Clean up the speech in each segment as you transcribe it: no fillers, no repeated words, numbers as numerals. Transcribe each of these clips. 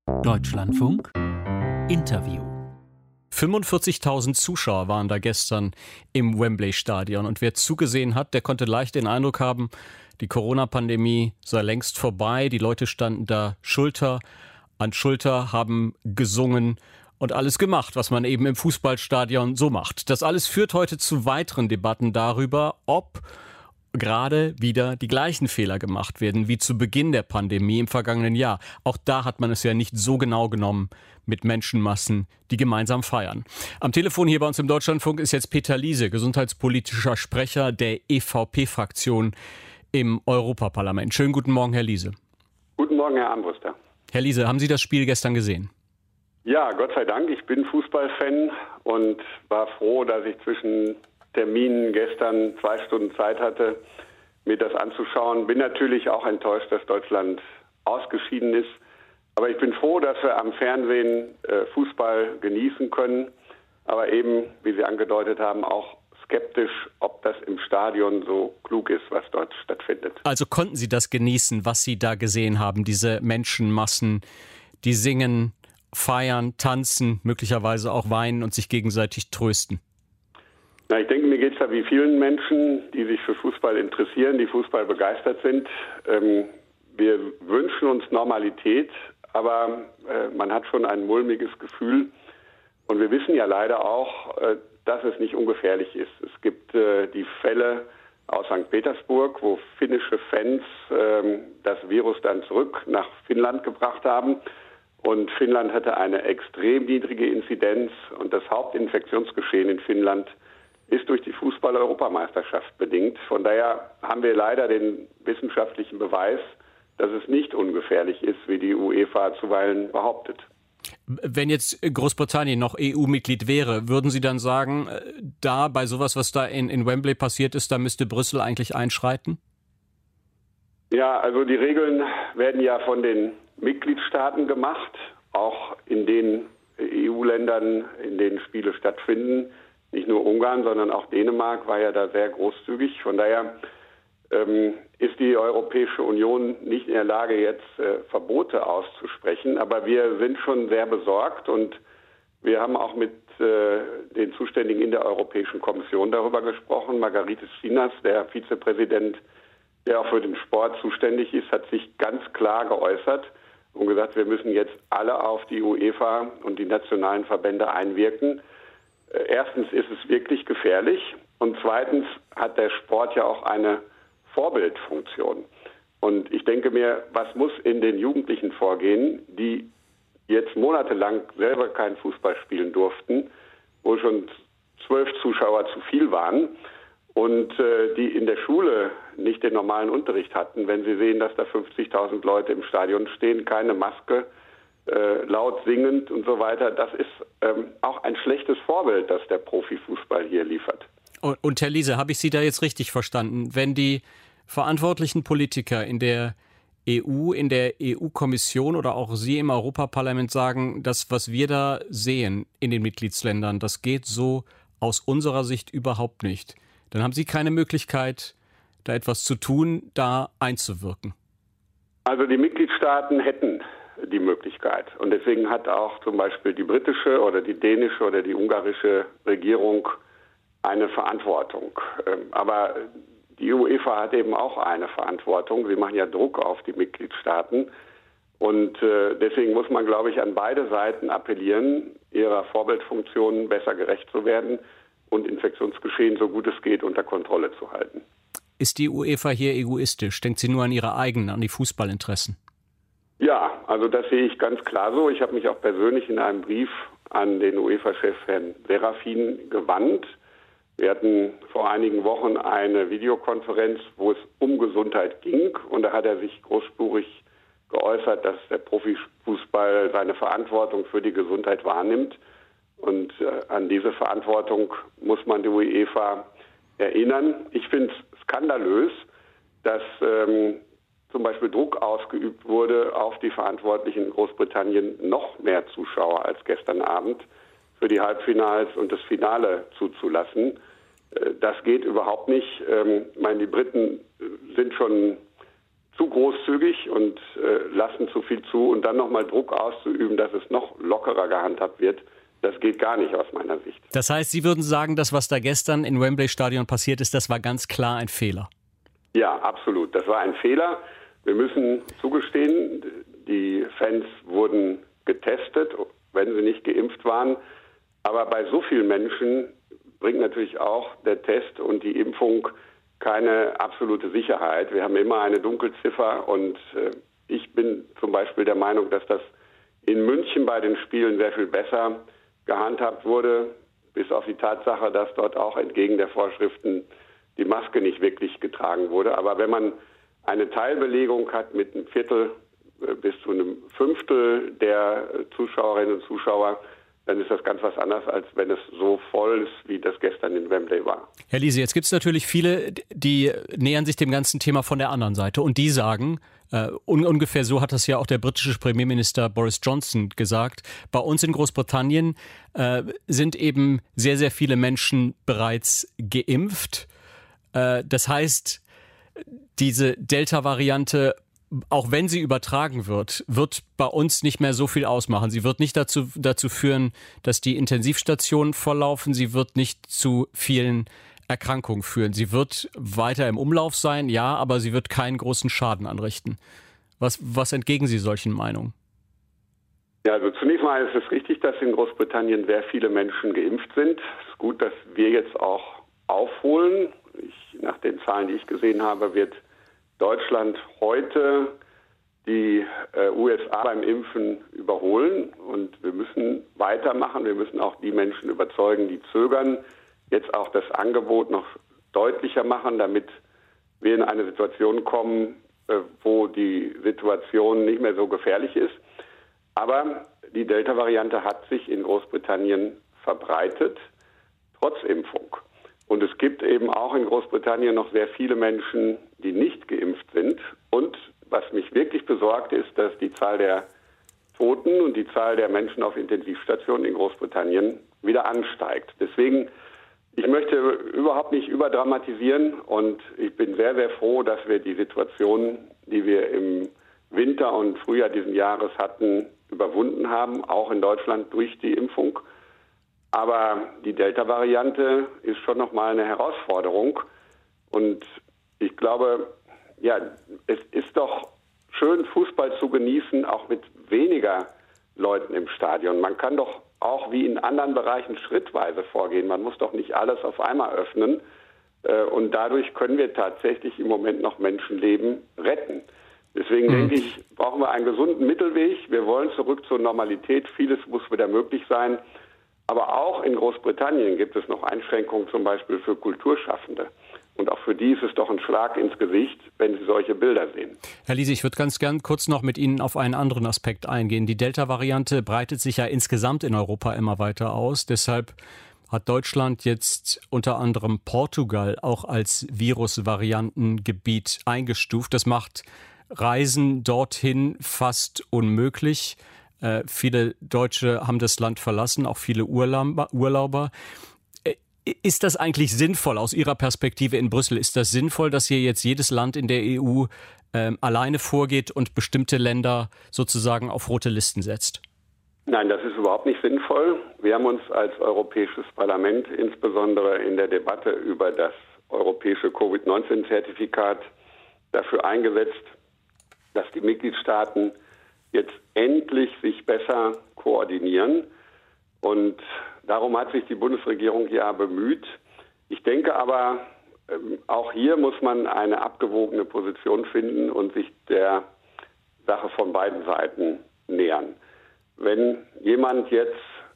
Deutschlandfunk Interview. 45.000 Zuschauer waren da gestern im Wembley-Stadion. Und wer zugesehen hat, der konnte leicht den Eindruck haben, die Corona-Pandemie sei längst vorbei. Die Leute standen da Schulter an Schulter, haben gesungen und alles gemacht, was man eben im Fußballstadion so macht. Das alles führt heute zu weiteren Debatten darüber, ob gerade wieder die gleichen Fehler gemacht werden wie zu Beginn der Pandemie im vergangenen Jahr. Auch da hat man es ja nicht so genau genommen mit Menschenmassen, die gemeinsam feiern. Am Telefon hier bei uns im Deutschlandfunk ist jetzt Peter Liese, gesundheitspolitischer Sprecher der EVP-Fraktion im Europaparlament. Schönen guten Morgen, Herr Liese. Guten Morgen, Herr Armbruster. Herr Liese, haben Sie das Spiel gestern gesehen? Ja, Gott sei Dank. Ich bin Fußballfan und war froh, dass ich zwischen Terminen gestern 2 Stunden Zeit hatte, mir das anzuschauen. Bin natürlich auch enttäuscht, dass Deutschland ausgeschieden ist. Aber ich bin froh, dass wir am Fernsehen Fußball genießen können. Aber eben, wie Sie angedeutet haben, auch skeptisch, ob das im Stadion so klug ist, was dort stattfindet. Also konnten Sie das genießen, was Sie da gesehen haben, diese Menschenmassen, die singen, feiern, tanzen, möglicherweise auch weinen und sich gegenseitig trösten? Na, ich denke, mir geht es da wie vielen Menschen, die sich für Fußball interessieren, die Fußball begeistert sind. Wir wünschen uns Normalität, aber man hat schon ein mulmiges Gefühl. Und wir wissen ja leider auch, dass es nicht ungefährlich ist. Es gibt die Fälle aus St. Petersburg, wo finnische Fans das Virus dann zurück nach Finnland gebracht haben. Und Finnland hatte eine extrem niedrige Inzidenz. Und das Hauptinfektionsgeschehen in Finnland ist durch die Fußball-Europameisterschaft bedingt. Von daher haben wir leider den wissenschaftlichen Beweis, dass es nicht ungefährlich ist, wie die UEFA zuweilen behauptet. Wenn jetzt Großbritannien noch EU-Mitglied wäre, würden Sie dann sagen, da bei sowas, was da in Wembley passiert ist, da müsste Brüssel eigentlich einschreiten? Ja, also die Regeln werden ja von den Mitgliedstaaten gemacht, auch in den EU-Ländern, in denen Spiele stattfinden. Nicht nur Ungarn, sondern auch Dänemark war ja da sehr großzügig. Von daher ist die Europäische Union nicht in der Lage, jetzt Verbote auszusprechen. Aber wir sind schon sehr besorgt und wir haben auch mit den Zuständigen in der Europäischen Kommission darüber gesprochen. Margaritis Schinas, der Vizepräsident, der auch für den Sport zuständig ist, hat sich ganz klar geäußert und gesagt, wir müssen jetzt alle auf die UEFA und die nationalen Verbände einwirken. Erstens ist es wirklich gefährlich und zweitens hat der Sport ja auch eine Vorbildfunktion. Und ich denke mir, was muss in den Jugendlichen vorgehen, die jetzt monatelang selber keinen Fußball spielen durften, wo schon 12 Zuschauer zu viel waren und die in der Schule nicht den normalen Unterricht hatten, wenn sie sehen, dass da 50.000 Leute im Stadion stehen, keine Maske, laut singend und so weiter. Das ist auch ein schlechtes Vorbild, das der Profifußball hier liefert. Und Herr Liese, habe ich Sie da jetzt richtig verstanden? Wenn die verantwortlichen Politiker in der EU, in der EU-Kommission oder auch Sie im Europaparlament sagen, das, was wir da sehen in den Mitgliedsländern, das geht so aus unserer Sicht überhaupt nicht, dann haben Sie keine Möglichkeit, da etwas zu tun, da einzuwirken. Also die Mitgliedstaaten hätten die Möglichkeit. Und deswegen hat auch zum Beispiel die britische oder die dänische oder die ungarische Regierung eine Verantwortung. Aber die UEFA hat eben auch eine Verantwortung. Sie machen ja Druck auf die Mitgliedstaaten. Und deswegen muss man, glaube ich, an beide Seiten appellieren, ihrer Vorbildfunktion besser gerecht zu werden und Infektionsgeschehen, so gut es geht, unter Kontrolle zu halten. Ist die UEFA hier egoistisch? Denkt sie nur an ihre eigenen, an die Fußballinteressen? Ja, also das sehe ich ganz klar so. Ich habe mich auch persönlich in einem Brief an den UEFA-Chef Herrn Serafin gewandt. Wir hatten vor einigen Wochen eine Videokonferenz, wo es um Gesundheit ging. Und da hat er sich großspurig geäußert, dass der Profifußball seine Verantwortung für die Gesundheit wahrnimmt. Und an diese Verantwortung muss man die UEFA erinnern. Ich finde es skandalös, dass zum Beispiel Druck ausgeübt wurde auf die Verantwortlichen in Großbritannien, noch mehr Zuschauer als gestern Abend für die Halbfinals und das Finale zuzulassen. Das geht überhaupt nicht. Ich meine, die Briten sind schon zu großzügig und lassen zu viel zu. Und dann nochmal Druck auszuüben, dass es noch lockerer gehandhabt wird, das geht gar nicht aus meiner Sicht. Das heißt, Sie würden sagen, das, was da gestern im Wembley-Stadion passiert ist, das war ganz klar ein Fehler? Ja, absolut. Das war ein Fehler. Wir müssen zugestehen, die Fans wurden getestet, wenn sie nicht geimpft waren. Aber bei so vielen Menschen bringt natürlich auch der Test und die Impfung keine absolute Sicherheit. Wir haben immer eine Dunkelziffer und ich bin zum Beispiel der Meinung, dass das in München bei den Spielen sehr viel besser gehandhabt wurde, bis auf die Tatsache, dass dort auch entgegen der Vorschriften die Maske nicht wirklich getragen wurde. Aber wenn man eine Teilbelegung hat mit einem Viertel bis zu einem Fünftel der Zuschauerinnen und Zuschauer, dann ist das ganz was anderes, als wenn es so voll ist, wie das gestern in Wembley war. Herr Liese, jetzt gibt es natürlich viele, die nähern sich dem ganzen Thema von der anderen Seite und die sagen, ungefähr so hat das ja auch der britische Premierminister Boris Johnson gesagt, bei uns in Großbritannien sind eben sehr, sehr viele Menschen bereits geimpft. Das heißt, diese Delta-Variante, auch wenn sie übertragen wird bei uns nicht mehr so viel ausmachen. Sie wird nicht dazu führen, dass die Intensivstationen volllaufen. Sie wird nicht zu vielen Erkrankungen führen. Sie wird weiter im Umlauf sein, ja, aber sie wird keinen großen Schaden anrichten. Was entgegen Sie solchen Meinungen? Ja, also zunächst mal ist es richtig, dass in Großbritannien sehr viele Menschen geimpft sind. Es ist gut, dass wir jetzt auch aufholen. Nach den Zahlen, die ich gesehen habe, wird Deutschland heute die USA beim Impfen überholen und wir müssen weitermachen. Wir müssen auch die Menschen überzeugen, die zögern, jetzt auch das Angebot noch deutlicher machen, damit wir in eine Situation kommen, wo die Situation nicht mehr so gefährlich ist. Aber die Delta-Variante hat sich in Großbritannien verbreitet, trotz Impfung. Und es gibt eben auch in Großbritannien noch sehr viele Menschen, die nicht geimpft sind. Und was mich wirklich besorgt, ist, dass die Zahl der Toten und die Zahl der Menschen auf Intensivstationen in Großbritannien wieder ansteigt. Deswegen, ich möchte überhaupt nicht überdramatisieren und ich bin sehr, sehr froh, dass wir die Situation, die wir im Winter und Frühjahr diesen Jahres hatten, überwunden haben, auch in Deutschland durch die Impfung. Aber die Delta-Variante ist schon nochmal eine Herausforderung. Und ich glaube, ja, es ist doch schön, Fußball zu genießen, auch mit weniger Leuten im Stadion. Man kann doch auch wie in anderen Bereichen schrittweise vorgehen. Man muss doch nicht alles auf einmal öffnen. Und dadurch können wir tatsächlich im Moment noch Menschenleben retten. Deswegen denke ich, brauchen wir einen gesunden Mittelweg. Wir wollen zurück zur Normalität. Vieles muss wieder möglich sein. Aber auch in Großbritannien gibt es noch Einschränkungen, zum Beispiel für Kulturschaffende. Und auch für die ist es doch ein Schlag ins Gesicht, wenn sie solche Bilder sehen. Herr Liese, ich würde ganz gern kurz noch mit Ihnen auf einen anderen Aspekt eingehen. Die Delta-Variante breitet sich ja insgesamt in Europa immer weiter aus. Deshalb hat Deutschland jetzt unter anderem Portugal auch als Virusvariantengebiet eingestuft. Das macht Reisen dorthin fast unmöglich. Viele Deutsche haben das Land verlassen, auch viele Urlauber. Ist das eigentlich sinnvoll aus Ihrer Perspektive in Brüssel? Ist das sinnvoll, dass hier jetzt jedes Land in der EU alleine vorgeht und bestimmte Länder sozusagen auf rote Listen setzt? Nein, das ist überhaupt nicht sinnvoll. Wir haben uns als Europäisches Parlament insbesondere in der Debatte über das europäische Covid-19-Zertifikat dafür eingesetzt, dass die Mitgliedstaaten jetzt endlich sich besser koordinieren. Und darum hat sich die Bundesregierung ja bemüht. Ich denke aber, auch hier muss man eine abgewogene Position finden und sich der Sache von beiden Seiten nähern. Wenn jemand jetzt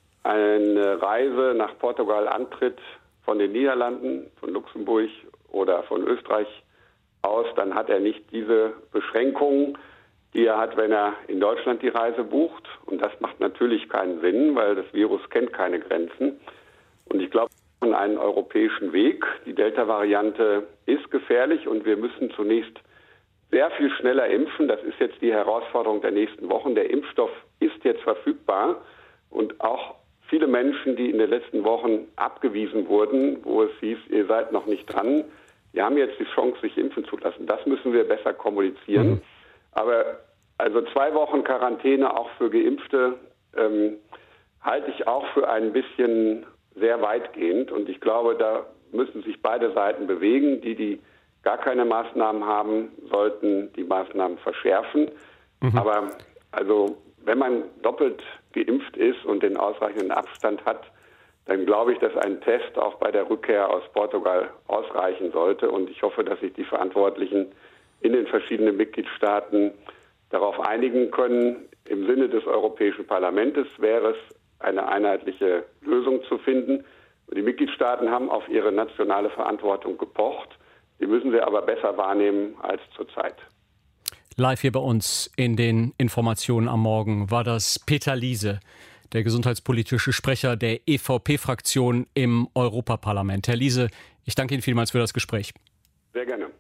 eine Reise nach Portugal antritt von den Niederlanden, von Luxemburg oder von Österreich aus, dann hat er nicht diese Beschränkungen, die er hat, wenn er in Deutschland die Reise bucht. Und das macht natürlich keinen Sinn, weil das Virus kennt keine Grenzen. Und ich glaube, wir brauchen einen europäischen Weg. Die Delta-Variante ist gefährlich und wir müssen zunächst sehr viel schneller impfen. Das ist jetzt die Herausforderung der nächsten Wochen. Der Impfstoff ist jetzt verfügbar und auch viele Menschen, die in den letzten Wochen abgewiesen wurden, wo es hieß, ihr seid noch nicht dran, die haben jetzt die Chance, sich impfen zu lassen. Das müssen wir besser kommunizieren. Aber also 2 Wochen Quarantäne auch für Geimpfte halte ich auch für ein bisschen sehr weitgehend. Und ich glaube, da müssen sich beide Seiten bewegen. Die gar keine Maßnahmen haben, sollten die Maßnahmen verschärfen. Aber also wenn man doppelt geimpft ist und den ausreichenden Abstand hat, dann glaube ich, dass ein Test auch bei der Rückkehr aus Portugal ausreichen sollte. Und ich hoffe, dass sich die Verantwortlichen in den verschiedenen Mitgliedstaaten darauf einigen können. Im Sinne des Europäischen Parlaments wäre es, eine einheitliche Lösung zu finden. Die Mitgliedstaaten haben auf ihre nationale Verantwortung gepocht. Die müssen sie aber besser wahrnehmen als zurzeit. Live hier bei uns in den Informationen am Morgen war das Peter Liese, der gesundheitspolitische Sprecher der EVP-Fraktion im Europaparlament. Herr Liese, ich danke Ihnen vielmals für das Gespräch. Sehr gerne.